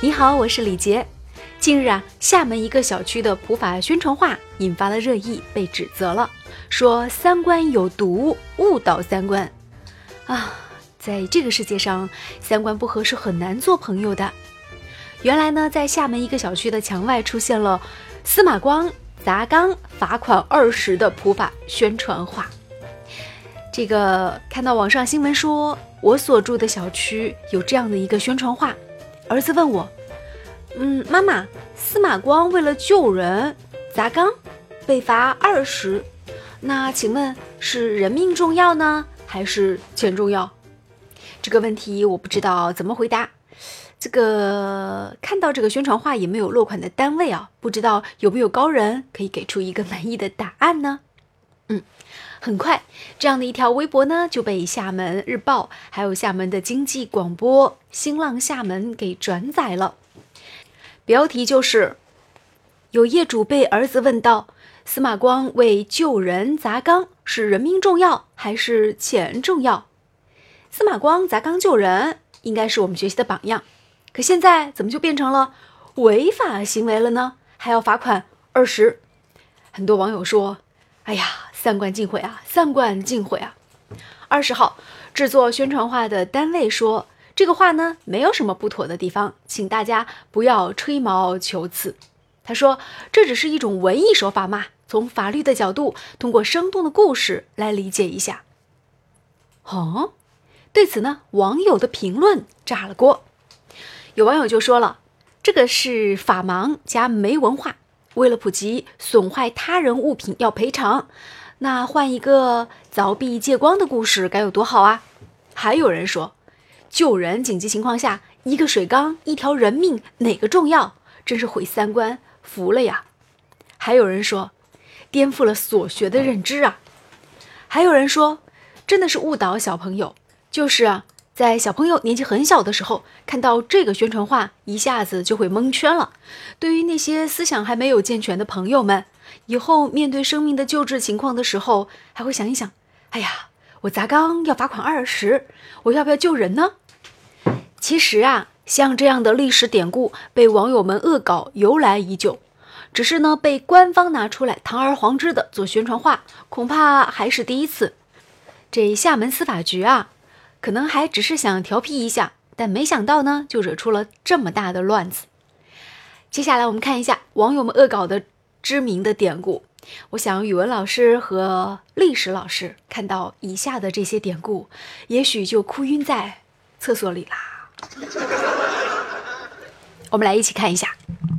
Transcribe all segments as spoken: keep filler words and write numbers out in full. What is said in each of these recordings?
你好，我是李杰。近日啊，厦门一个小区的普法宣传画引发了热议，被指责了，说三观有毒，误导三观。啊，在这个世界上，三观不合是很难做朋友的。原来呢，在厦门一个小区的墙外出现了司马光砸缸罚款二十的普法宣传画。这个看到网上新闻说，我所住的小区有这样的一个宣传画，儿子问我，嗯，妈妈，司马光为了救人砸缸被罚二十，那请问是人命重要呢，还是钱重要？这个问题我不知道怎么回答。这个看到这个宣传画也没有落款的单位啊，不知道有没有高人可以给出一个满意的答案呢？嗯，很快这样的一条微博呢就被厦门日报还有厦门的经济广播新浪厦门给转载了。标题就是有业主被儿子问到，司马光为救人砸缸是人命重要还是钱重要？司马光砸缸救人应该是我们学习的榜样，可现在怎么就变成了违法行为了呢？还要罚款二十。很多网友说，哎呀，三观尽毁啊，三观尽毁啊。二十号，制作宣传画的单位说，这个画呢没有什么不妥的地方，请大家不要吹毛求疵。他说，这只是一种文艺手法嘛，从法律的角度，通过生动的故事来理解一下。哦，对此呢，网友的评论炸了锅。有网友就说了，这个是法盲加没文化，为了普及损坏他人物品要赔偿，那换一个凿壁借光的故事该有多好啊。还有人说，救人紧急情况下，一个水缸一条人命哪个重要，真是毁三观，服了呀。还有人说，颠覆了所学的认知啊。还有人说，真的是误导小朋友，就是啊，在小朋友年纪很小的时候，看到这个宣传画，一下子就会蒙圈了。对于那些思想还没有健全的朋友们，以后面对生命的救治情况的时候，还会想一想，哎呀，我砸缸要罚款二十，我要不要救人呢？其实啊，像这样的历史典故被网友们恶搞由来已久，只是呢被官方拿出来堂而皇之的做宣传画，恐怕还是第一次。这厦门司法局啊，可能还只是想调皮一下，但没想到呢，就惹出了这么大的乱子。接下来我们看一下网友们恶搞的知名的典故。我想语文老师和历史老师看到以下的这些典故，也许就哭晕在厕所里啦。我们来一起看一下。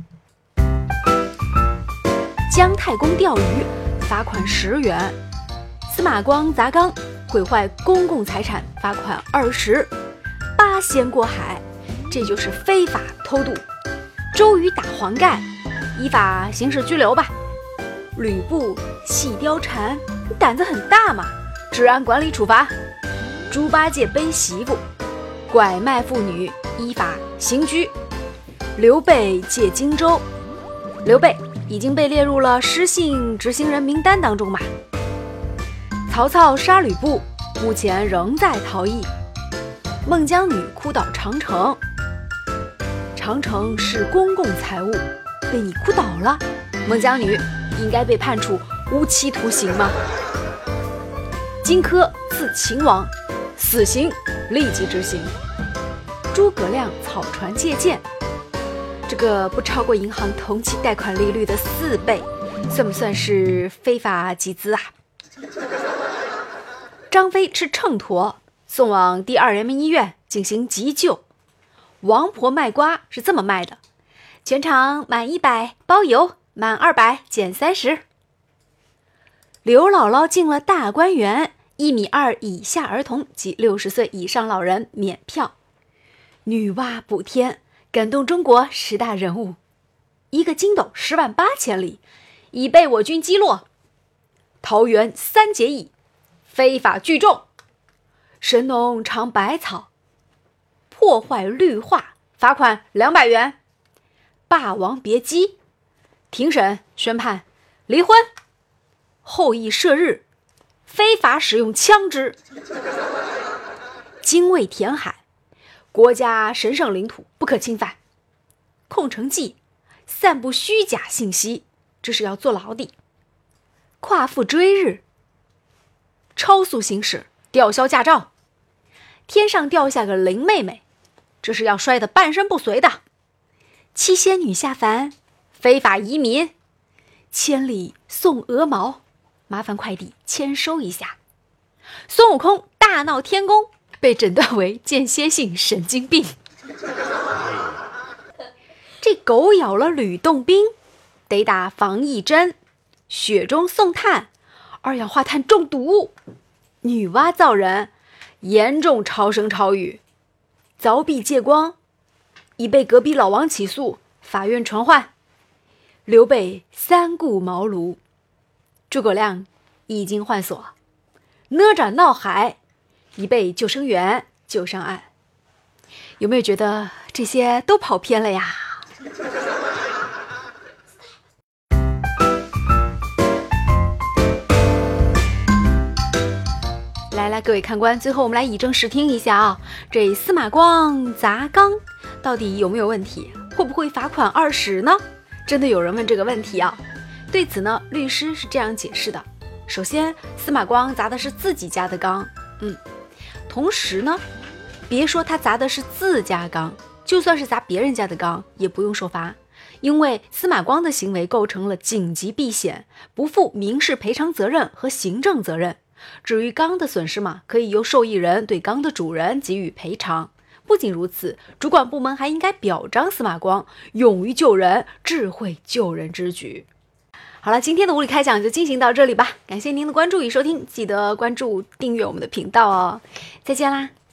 姜太公钓鱼，罚款十元；司马光砸缸，毁坏公共财产，罚款二十。八仙过海，这就是非法偷渡。周瑜打黄盖，依法刑事拘留吧。吕布戏貂蝉，你胆子很大嘛，治安管理处罚。猪八戒背媳妇，拐卖妇女，依法刑拘。刘备借荆州，刘备已经被列入了失信执行人名单当中嘛。曹操杀吕布，目前仍在逃逸。孟姜女哭倒长城，长城是公共财物，被你哭倒了，孟姜女应该被判处无期徒刑吗？荆轲刺秦王，死刑立即执行。诸葛亮草船借箭，这个不超过银行同期贷款利率的四倍，算不算是非法集资啊？张飞吃秤砣，送往第二人民医院进行急救。王婆卖瓜是这么卖的，全场满一百包邮，满二百减三十。刘姥姥进了大观园，一米二以下儿童及六十岁以上老人免票。女娲补天，感动中国十大人物。一个筋斗十万八千里，已被我军击落。桃园三结义，非法聚众。神农尝百草，破坏绿化，罚款两百元。霸王别姬，庭审宣判离婚。后羿射日，非法使用枪支。精卫填海，国家神圣领土不可侵犯。 空城计，散布虚假信息，这是要坐牢的。夸父追日，超速行驶，吊销驾照。天上掉下个林妹妹，这是要摔得半身不遂的。七仙女下凡，非法移民，千里送鹅毛，麻烦快递签收一下。孙悟空大闹天宫，被诊断为间歇性神经病。这狗咬了吕洞宾，得打防疫针。雪中送炭，二氧化碳中毒。女娲造人，严重超声超语。凿壁借光，已被隔壁老王起诉，法院传唤。刘备三顾茅庐，诸葛亮已经换锁。哪吒闹海，已被救生员救上岸。有没有觉得这些都跑偏了呀？来来，各位看官，最后我们来以正视听一下啊，这司马光砸缸到底有没有问题？会不会罚款二十呢？真的有人问这个问题啊。对此呢，律师是这样解释的：首先，司马光砸的是自己家的缸，嗯，同时呢，别说他砸的是自家缸，就算是砸别人家的缸，也不用受罚，因为司马光的行为构成了紧急避险，不负民事赔偿责任和行政责任。至于缸的损失嘛，可以由受益人对缸的主人给予赔偿。不仅如此，主管部门还应该表彰司马光勇于救人、智慧救人之举。好了，今天的无理开讲就进行到这里吧，感谢您的关注与收听，记得关注订阅我们的频道哦，再见啦。